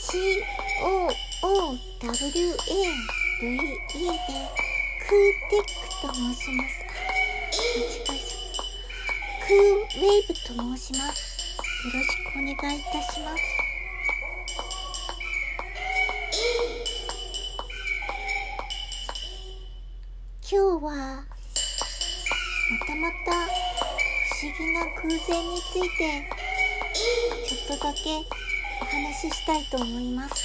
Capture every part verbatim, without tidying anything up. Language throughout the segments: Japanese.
シーオーオーダブリューエーブイイー でクーテックと申します。間違えちゃった。クーウェーブと申します。よろしくお願いいたします。今日はまたまた不思議な偶然についてちょっとだけお話ししたいと思います。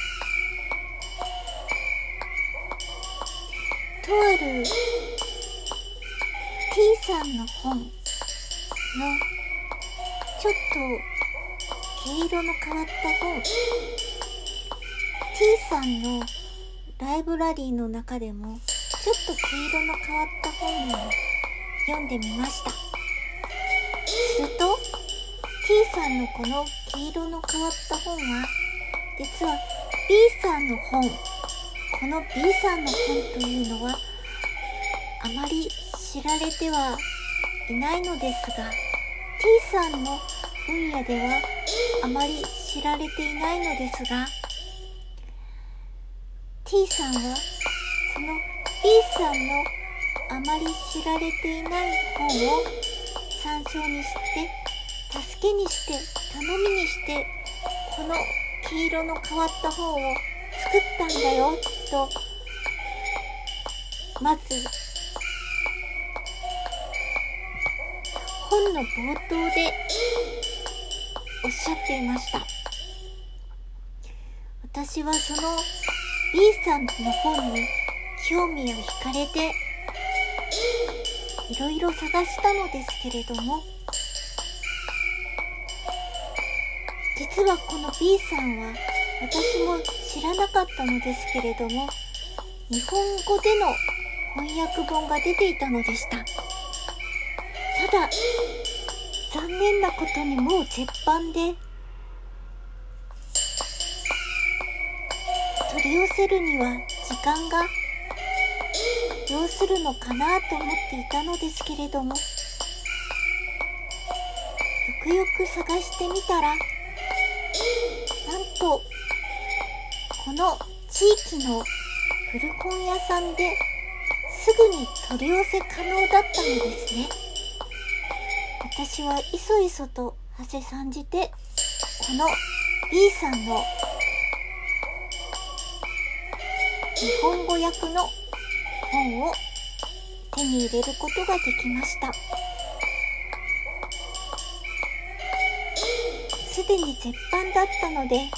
とある T さんの本のちょっと毛色の変わった本、 T さんのライブラリーの中でもちょっと毛色の変わった本を読んでみました。すると T さんのこの毛色の変わった本は実は B さんの本、この B さんの本というのはあまり知られてはいないのですが、 T さんの分野ではあまり知られていないのですが、 T さんはその B さんのあまり知られていない本を参照にして助けにして頼みにしてこの黄色の変わった本を作ったんだよとまず本の冒頭でおっしゃっていました。私はその B さんの本に興味を惹かれていろいろ探したのですけれども、実はこの B さんは私も知らなかったのですけれども、日本語での翻訳本が出ていたのでした。ただ残念なことにもう絶版で取り寄せるには時間が要するのかなと思っていたのですけれども、よくよく探してみたら、なんとこの地域の古本屋さんですぐに取り寄せ可能だったのですね。私はいそいそと馳せ参じてこの B さんの日本語訳の本を手に入れることができました。すでに絶版だったので、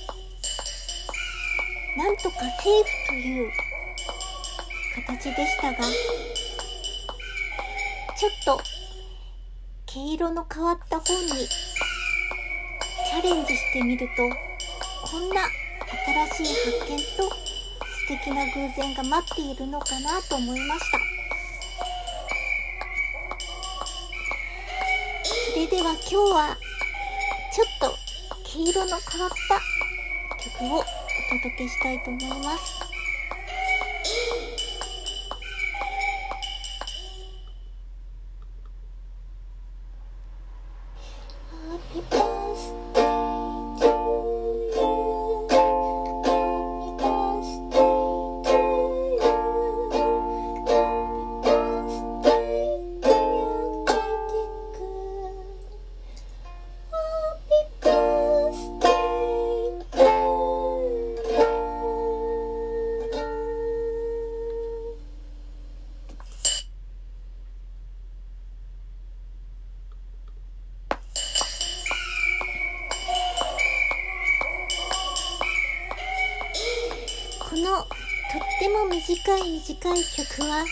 なんとかセーフという形でしたが、ちょっと毛色の変わった本にチャレンジしてみると、こんな新しい発見と素敵な偶然が待っているのかなと思いました。それでは今日はちょっと毛色の変わった曲をお届けしたいと思います。このとっても短い短い曲は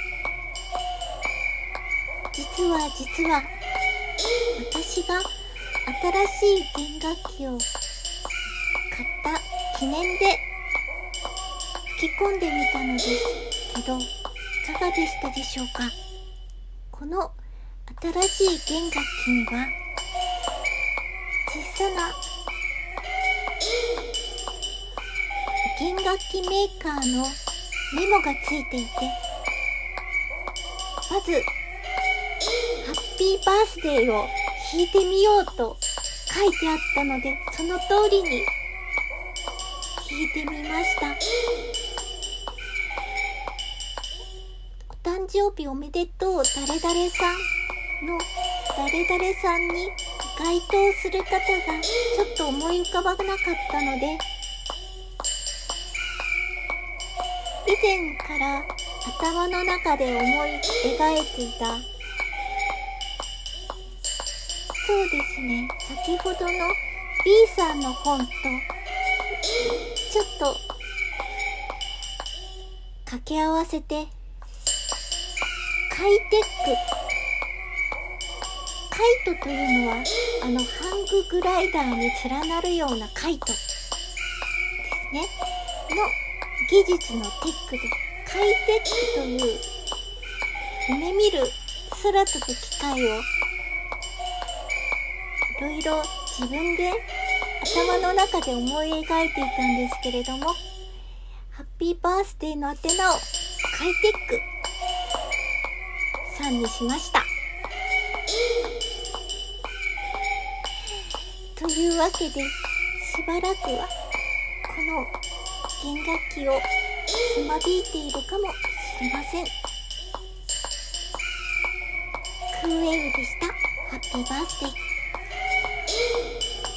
実は実は私が新しい弦楽器を買った記念で吹き込んでみたのですけど、いかがでしたでしょうか。この新しい弦楽器には小さな弦楽器メーカーのメモがついていて、まずハッピーバースデーを弾いてみようと書いてあったので、その通りに弾いてみました。お誕生日おめでとう誰々さんの誰々さんに該当する方がちょっと思い浮かばなかったので、以前から頭の中で思い描いていた、そうですね、先ほどの B さんの本とちょっと掛け合わせて、カイテック、カイトというのはあのハンググライダーに連なるようなカイトですねの技術のテックで、カイテックという夢見る空飛ぶ機械をいろいろ自分で頭の中で思い描いていたんですけれども、ハッピーバースデーの宛名をカイテックさんにしました。というわけで、しばらくはこの弦楽器をつまびいているかもしれません。クーエイブでした。ハッピーバースデー。